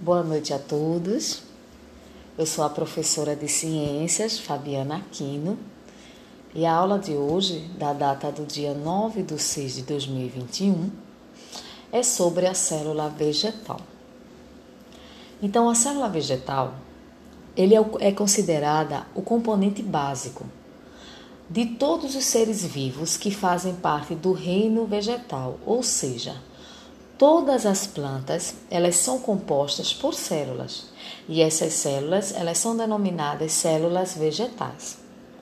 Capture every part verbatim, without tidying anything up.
Boa noite a todos. Eu sou a professora de Ciências, Fabiana Aquino, e a aula de hoje, da data do dia nove de seis de dois mil e vinte e um, é sobre a célula vegetal. Então, a célula vegetal ele é considerada o componente básico de todos os seres vivos que fazem parte do reino vegetal, ou seja, todas as plantas, elas são compostas por células, e essas células, elas são denominadas células vegetais.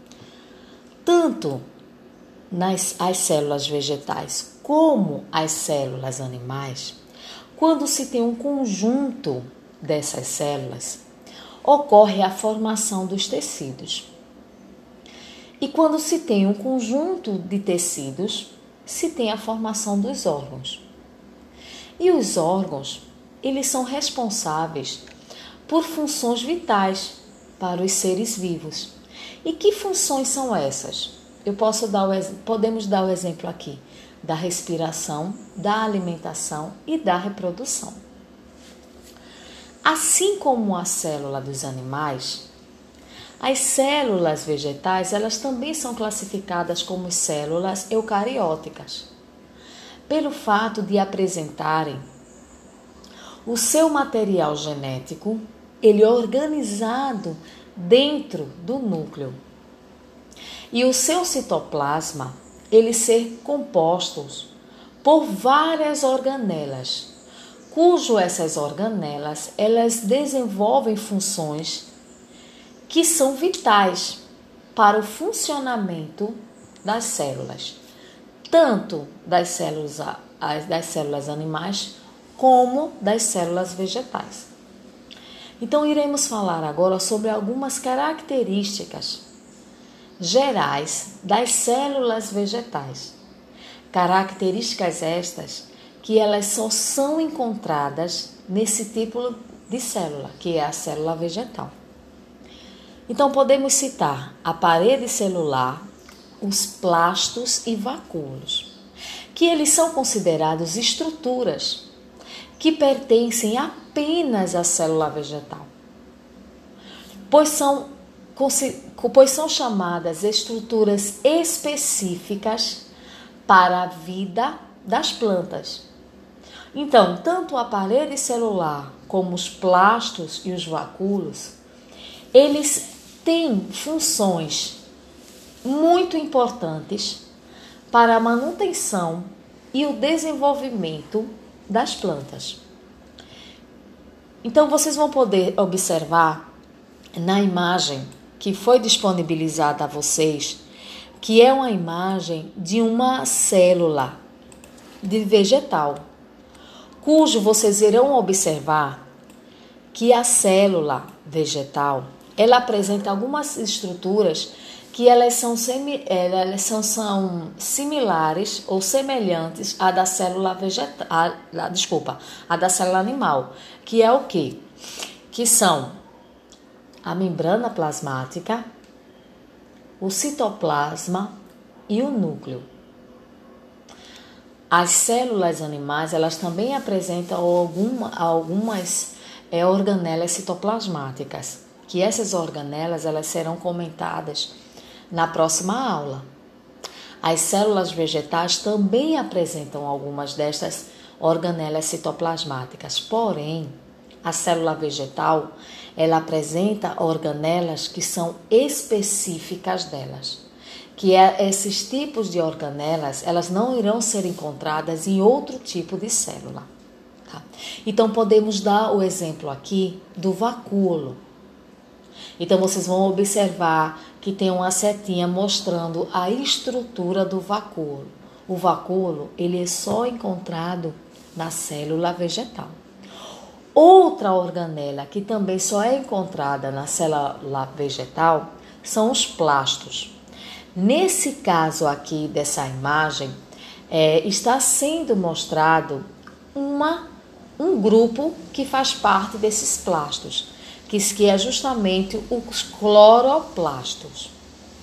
Tanto nas as células vegetais como as células animais, quando se tem um conjunto dessas células, ocorre a formação dos tecidos. E quando se tem um conjunto de tecidos, se tem a formação dos órgãos. E os órgãos, eles são responsáveis por funções vitais para os seres vivos. E que funções são essas? Eu posso dar o, podemos dar o exemplo aqui da respiração, da alimentação e da reprodução. Assim como a célula dos animais, as células vegetais, elas também são classificadas como células eucarióticas, pelo fato de apresentarem o seu material genético, ele é organizado dentro do núcleo. E o seu citoplasma, ele ser compostos por várias organelas, cujo essas organelas, elas desenvolvem funções que são vitais para o funcionamento das células, tanto das células, das células animais como das células vegetais. Então, iremos falar agora sobre algumas características gerais das células vegetais. Características estas que elas só são encontradas nesse tipo de célula, que é a célula vegetal. Então, podemos citar a parede celular, os plastos e vacúolos, que eles são considerados estruturas que pertencem apenas à célula vegetal, pois são, pois são chamadas estruturas específicas para a vida das plantas. Então, tanto a parede celular como os plastos e os vacúolos, eles têm funções muito importantes para a manutenção e o desenvolvimento das plantas. Então, vocês vão poder observar na imagem que foi disponibilizada a vocês, que é uma imagem de uma célula de vegetal, cujo vocês irão observar que a célula vegetal, ela apresenta algumas estruturas que elas são, semi, elas são, são similares ou semelhantes à da célula vegetal, a, desculpa, à da célula animal, que é o quê? Que são a membrana plasmática, o citoplasma e o núcleo. As células animais, elas também apresentam alguma, algumas é, organelas citoplasmáticas, que essas organelas, elas serão comentadas na próxima aula. As células vegetais também apresentam algumas destas organelas citoplasmáticas, porém, a célula vegetal, ela apresenta organelas que são específicas delas, que é, esses tipos de organelas, elas não irão ser encontradas em outro tipo de célula. Tá? Então, podemos dar o exemplo aqui do vacúolo. Então, vocês vão observar que tem uma setinha mostrando a estrutura do vacúolo. O vacúolo, ele é só encontrado na célula vegetal. Outra organela que também só é encontrada na célula vegetal são os plastos. Nesse caso aqui dessa imagem, é, está sendo mostrado uma, um grupo que faz parte desses plastos, que é justamente os cloroplastos.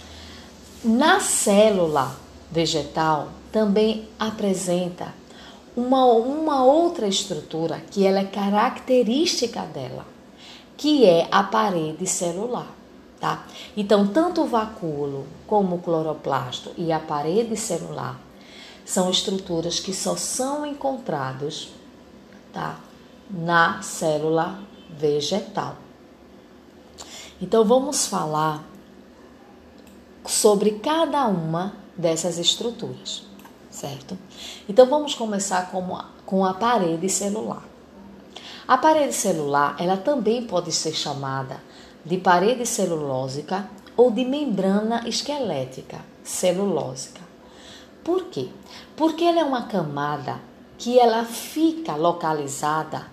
Na célula vegetal também apresenta uma, uma outra estrutura que ela é característica dela, que é a parede celular. Tá? Então, tanto o vacúolo como o cloroplasto e a parede celular são estruturas que só são encontrados, tá, na célula vegetal. Então, vamos falar sobre cada uma dessas estruturas, certo? Então, vamos começar com a, com a parede celular. A parede celular, ela também pode ser chamada de parede celulósica ou de membrana esquelética celulósica. Por quê? Porque ela é uma camada que ela fica localizada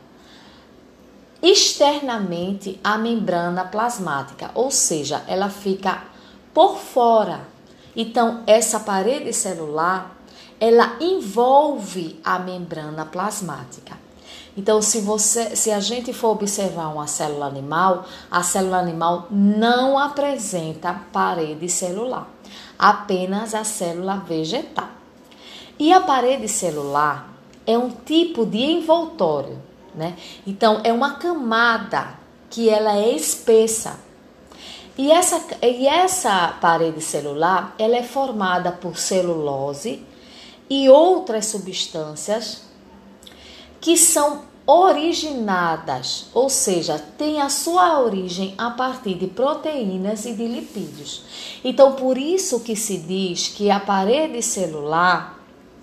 externamente à membrana plasmática, ou seja, ela fica por fora. Então, essa parede celular, ela envolve a membrana plasmática. Então, se, você, se a gente for observar uma célula animal, a célula animal não apresenta parede celular, apenas a célula vegetal. E a parede celular é um tipo de envoltório, né? Então, é uma camada que ela é espessa. E essa, e essa parede celular, ela é formada por celulose e outras substâncias que são originadas, ou seja, tem a sua origem a partir de proteínas e de lipídios. Então, por isso que se diz que a parede celular,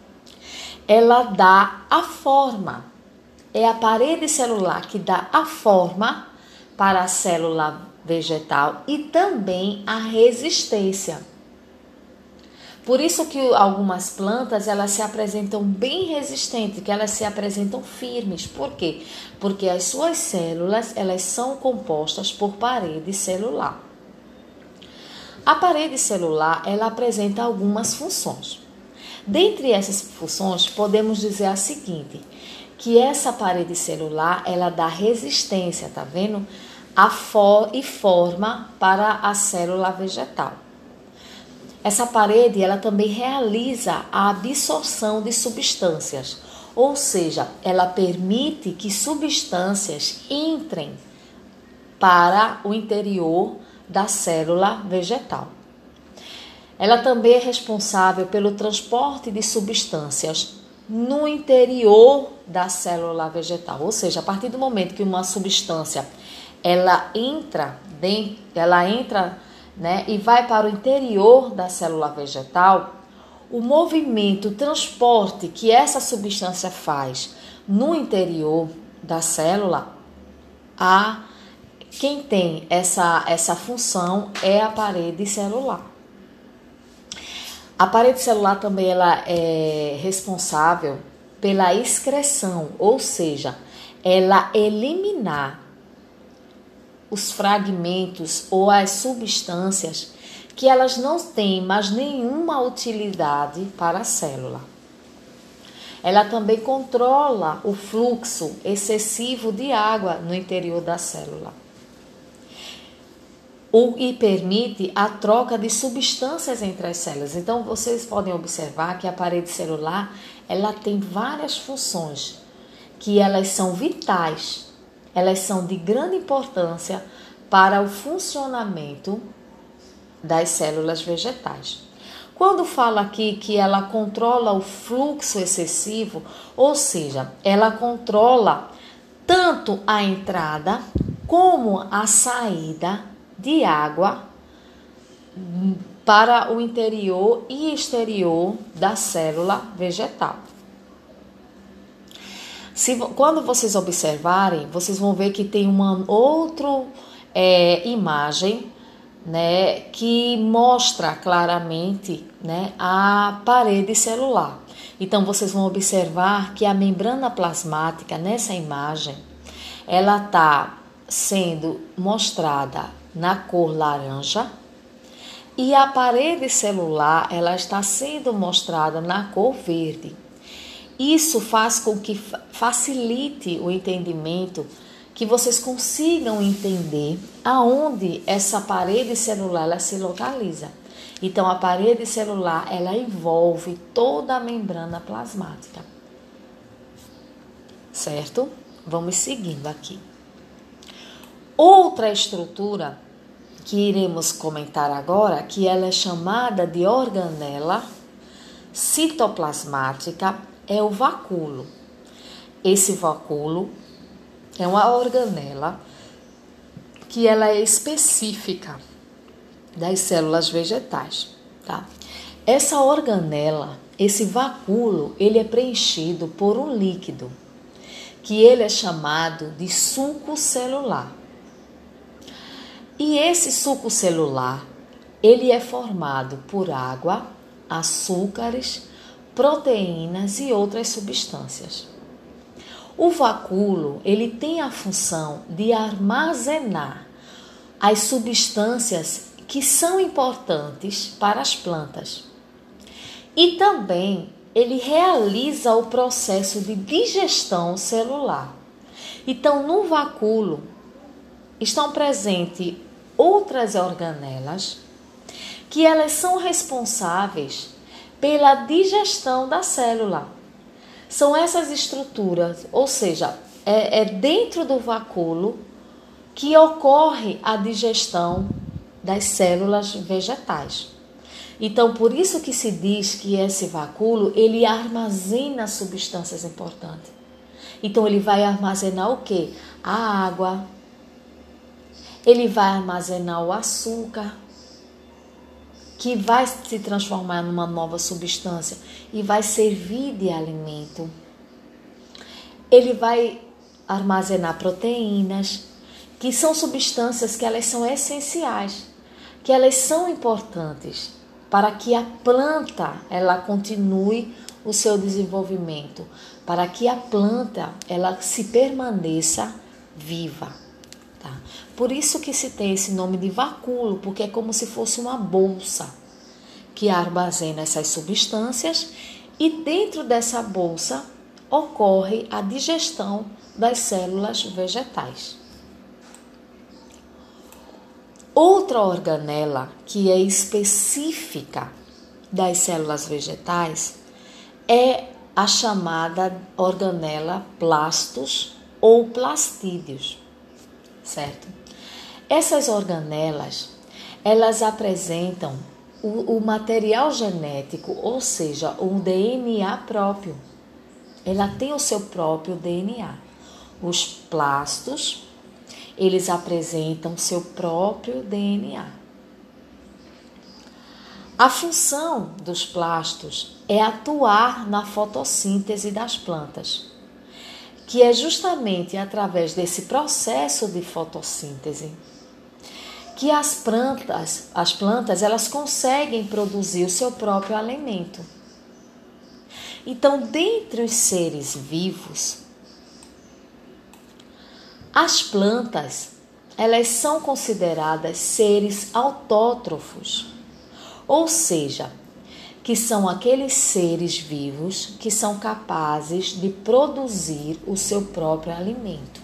ela dá a forma. É a parede celular que dá a forma para a célula vegetal e também a resistência. Por isso que algumas plantas, elas se apresentam bem resistentes, que elas se apresentam firmes. Por quê? Porque as suas células, elas são compostas por parede celular. A parede celular, ela apresenta algumas funções. Dentre essas funções, podemos dizer a seguinte, que essa parede celular, ela dá resistência, tá vendo? A for e forma para a célula vegetal. Essa parede, ela também realiza a absorção de substâncias, ou seja, ela permite que substâncias entrem para o interior da célula vegetal. Ela também é responsável pelo transporte de substâncias no interior da célula vegetal, ou seja, a partir do momento que uma substância ela entra dentro, ela entra Né, e vai para o interior da célula vegetal, o movimento, o transporte que essa substância faz no interior da célula, a, quem tem essa, essa função é a parede celular. A parede celular também ela é responsável pela excreção, ou seja, ela eliminar os fragmentos ou as substâncias que elas não têm mais nenhuma utilidade para a célula. Ela também controla o fluxo excessivo de água no interior da célula. O, e permite a troca de substâncias entre as células. Então, vocês podem observar que a parede celular, ela tem várias funções, que elas são vitais. Elas são de grande importância para o funcionamento das células vegetais. Quando fala aqui que ela controla o fluxo excessivo, ou seja, ela controla tanto a entrada como a saída de água para o interior e exterior da célula vegetal. Se, quando vocês observarem, vocês vão ver que tem uma outra é, imagem, né, que mostra claramente, né, a parede celular. Então, vocês vão observar que a membrana plasmática, nessa imagem, ela está sendo mostrada na cor laranja e a parede celular, ela está sendo mostrada na cor verde. Isso faz com que facilite o entendimento, que vocês consigam entender aonde essa parede celular ela se localiza. Então, a parede celular ela envolve toda a membrana plasmática. certo? Vamos seguindo aqui. Outra estrutura que iremos comentar agora, que ela é chamada de organela citoplasmática, é o vacúolo. Esse vacúolo é uma organela que ela é específica das células vegetais, tá? Essa organela, esse vacúolo, ele é preenchido por um líquido, que ele é chamado de suco celular. E esse suco celular, ele é formado por água, açúcares, proteínas e outras substâncias. O vacúolo, ele tem a função de armazenar as substâncias que são importantes para as plantas. E também ele realiza o processo de digestão celular. Então, no vacúolo estão presentes outras organelas que elas são responsáveis pela digestão da célula. São essas estruturas, ou seja, é, é dentro do vacúolo que ocorre a digestão das células vegetais. Então, por isso que se diz que esse vacúolo, ele armazena substâncias importantes. Então, ele vai armazenar o quê? A água, ele vai armazenar o açúcar, que vai se transformar numa nova substância e vai servir de alimento. Ele vai armazenar proteínas, que são substâncias que elas são essenciais, que elas são importantes para que a planta ela continue o seu desenvolvimento, para que a planta ela se permaneça viva. Tá? Por isso que se tem esse nome de vacúolo, porque é como se fosse uma bolsa que armazena essas substâncias e dentro dessa bolsa ocorre a digestão das células vegetais. Outra organela que é específica das células vegetais é a chamada organela plastos ou plastídeos, certo? Essas organelas, elas apresentam o, o material genético, ou seja, o D N A próprio. Ela tem o seu próprio D N A. Os plastos, eles apresentam seu próprio D N A. A função dos plastos é atuar na fotossíntese das plantas, que é justamente através desse processo de fotossíntese que as plantas, as plantas, elas conseguem produzir o seu próprio alimento. Então, dentre os seres vivos, as plantas, elas são consideradas seres autótrofos, ou seja, que são aqueles seres vivos que são capazes de produzir o seu próprio alimento.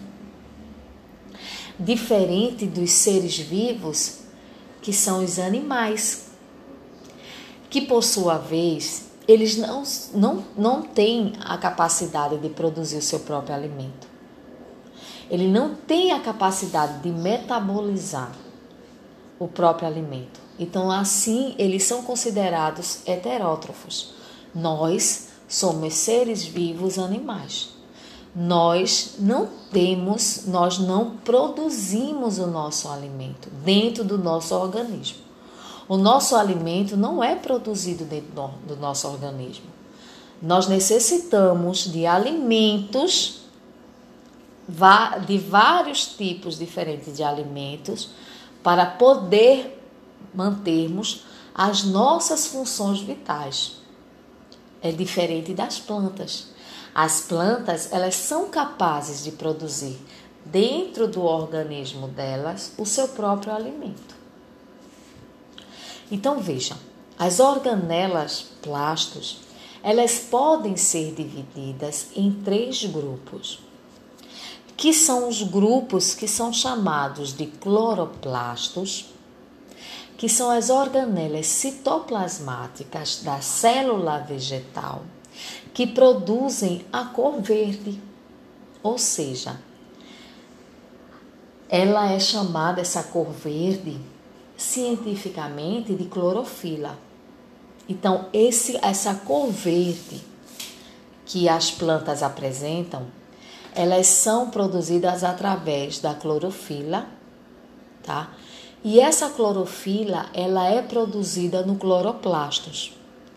Diferente dos seres vivos, que são os animais, que por sua vez, eles não, não, não têm a capacidade de produzir o seu próprio alimento. Ele não tem a capacidade de metabolizar o próprio alimento. Então, assim, eles são considerados heterótrofos. Nós somos seres vivos animais. Nós não temos, nós não produzimos o nosso alimento dentro do nosso organismo. O nosso alimento não é produzido dentro do nosso organismo. Nós necessitamos de alimentos, de vários tipos diferentes de alimentos, para poder mantermos as nossas funções vitais. É diferente das plantas. As plantas, elas são capazes de produzir dentro do organismo delas o seu próprio alimento. Então, vejam, as organelas plastos, elas podem ser divididas em três grupos, que são os grupos que são chamados de cloroplastos, que são as organelas citoplasmáticas da célula vegetal, que produzem a cor verde. Ou seja, ela é chamada, essa cor verde, cientificamente de clorofila. Então, esse, essa cor verde que as plantas apresentam, elas são produzidas através da clorofila, tá? E essa clorofila, ela é produzida no cloroplastos.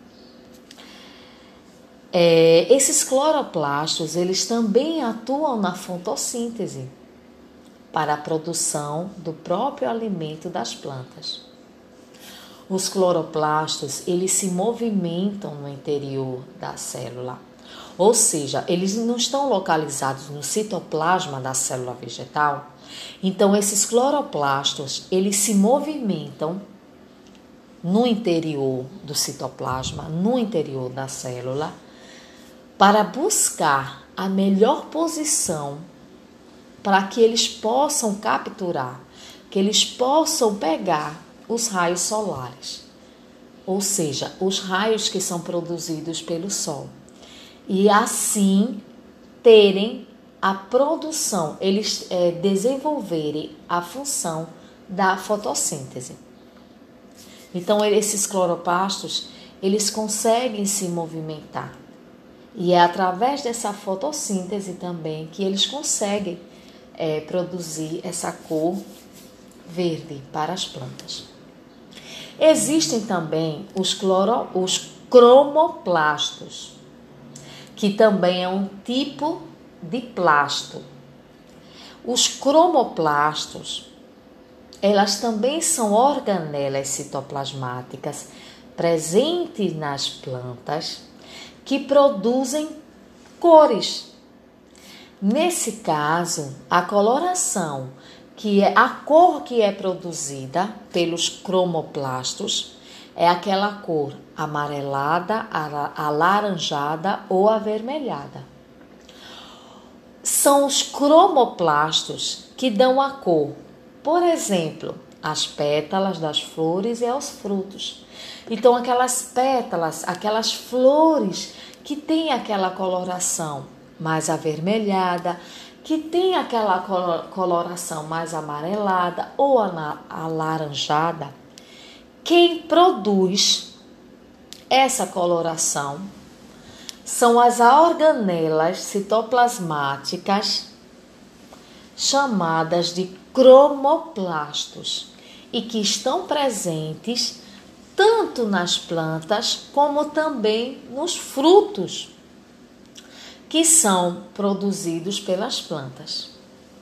É, esses cloroplastos, eles também atuam na fotossíntese para a produção do próprio alimento das plantas. Os cloroplastos, eles se movimentam no interior da célula, ou seja, eles não estão localizados no citoplasma da célula vegetal. Então, esses cloroplastos, eles se movimentam no interior do citoplasma, no interior da célula, para buscar a melhor posição para que eles possam capturar, que eles possam pegar os raios solares, ou seja, os raios que são produzidos pelo Sol. E assim terem a produção, eles é, desenvolverem a função da fotossíntese. Então, esses cloroplastos, eles conseguem se movimentar. E é através dessa fotossíntese também que eles conseguem é, produzir essa cor verde para as plantas. Existem também os, cloro, os cromoplastos, que também é um tipo de plasto. Os cromoplastos, elas também são organelas citoplasmáticas presentes nas plantas que produzem cores. Nesse caso, a coloração, que é a cor que é produzida pelos cromoplastos, é aquela cor amarelada, alaranjada ou avermelhada. São os cromoplastos que dão a cor, por exemplo, às pétalas das flores e aos frutos. Então, aquelas pétalas, aquelas flores que têm aquela coloração mais avermelhada, que tem aquela coloração mais amarelada ou alaranjada, quem produz essa coloração são as organelas citoplasmáticas chamadas de cromoplastos e que estão presentes tanto nas plantas como também nos frutos que são produzidos pelas plantas.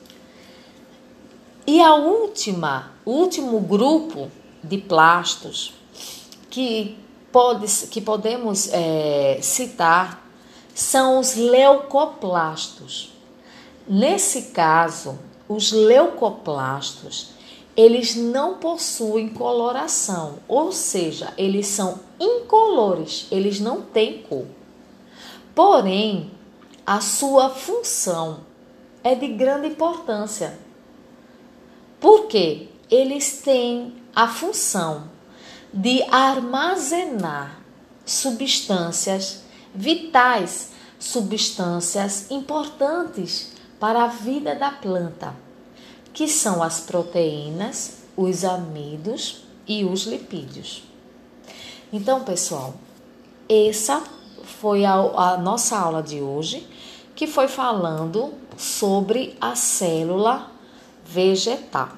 E a última, o último grupo de plastos que, pode, que podemos é, citar são os leucoplastos. Nesse caso, os leucoplastos, eles não possuem coloração, ou seja, eles são incolores, eles não têm cor. Porém, a sua função é de grande importância. Por quê? Eles têm a função de armazenar substâncias vitais, substâncias importantes para a vida da planta, que são as proteínas, os amidos e os lipídios. Então, pessoal, essa foi a, a nossa aula de hoje, que foi falando sobre a célula vegetal.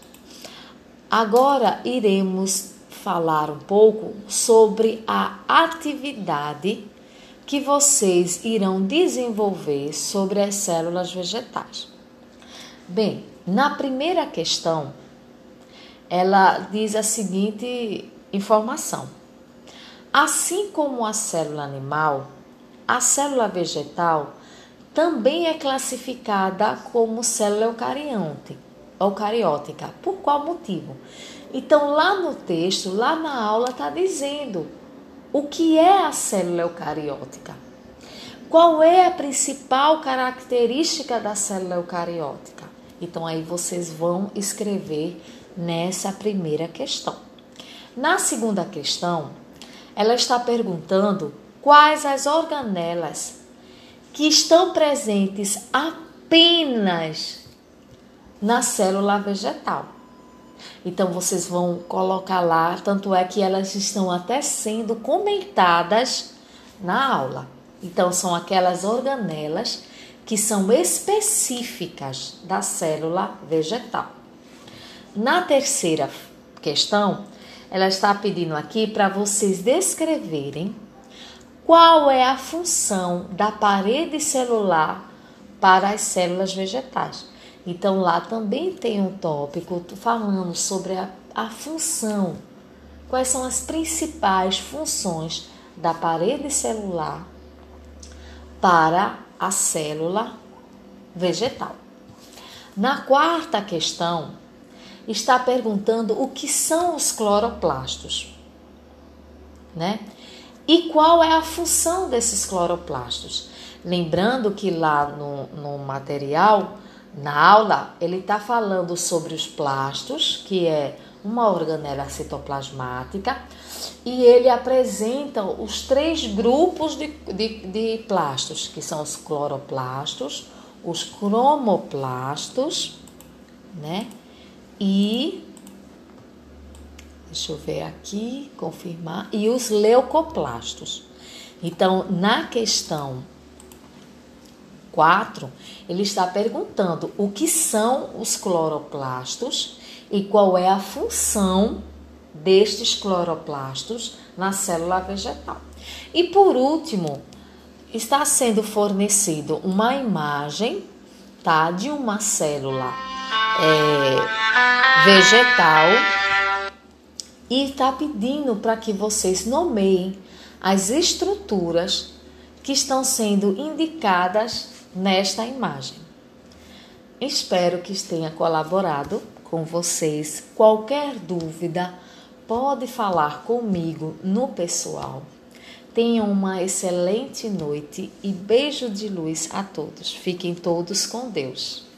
Agora iremos falar um pouco sobre a atividade que vocês irão desenvolver sobre as células vegetais. Bem, na primeira questão, ela diz a seguinte informação: assim como a célula animal, a célula vegetal também é classificada como célula eucarionte, eucariótica. Por qual motivo? Então, lá no texto, lá na aula, está dizendo o que é a célula eucariótica. Qual é a principal característica da célula eucariótica? Então, aí vocês vão escrever nessa primeira questão. Na segunda questão, ela está perguntando quais as organelas que estão presentes apenas na célula vegetal. Então, vocês vão colocar lá, tanto é que elas estão até sendo comentadas na aula. Então, são aquelas organelas que são específicas da célula vegetal. Na terceira questão, ela está pedindo aqui para vocês descreverem qual é a função da parede celular para as células vegetais. Então, lá também tem um tópico falando sobre a, a função, quais são as principais funções da parede celular para a célula vegetal. Na quarta questão, está perguntando o que são os cloroplastos, né? E qual é a função desses cloroplastos? Lembrando que lá no, no material, na aula, ele está falando sobre os plastos, que é uma organela citoplasmática, e ele apresenta os três grupos de, de, de plastos, que são os cloroplastos, os cromoplastos, né? E, deixa eu ver aqui, confirmar, e os leucoplastos. Então, na questão quatro, ele está perguntando o que são os cloroplastos e qual é a função destes cloroplastos na célula vegetal. E por último, está sendo fornecido uma imagem, tá, de uma célula é, vegetal e está pedindo para que vocês nomeiem as estruturas que estão sendo indicadas nesta imagem. Espero que tenha colaborado com vocês. Qualquer dúvida, pode falar comigo no pessoal. Tenham uma excelente noite e beijo de luz a todos. Fiquem todos com Deus.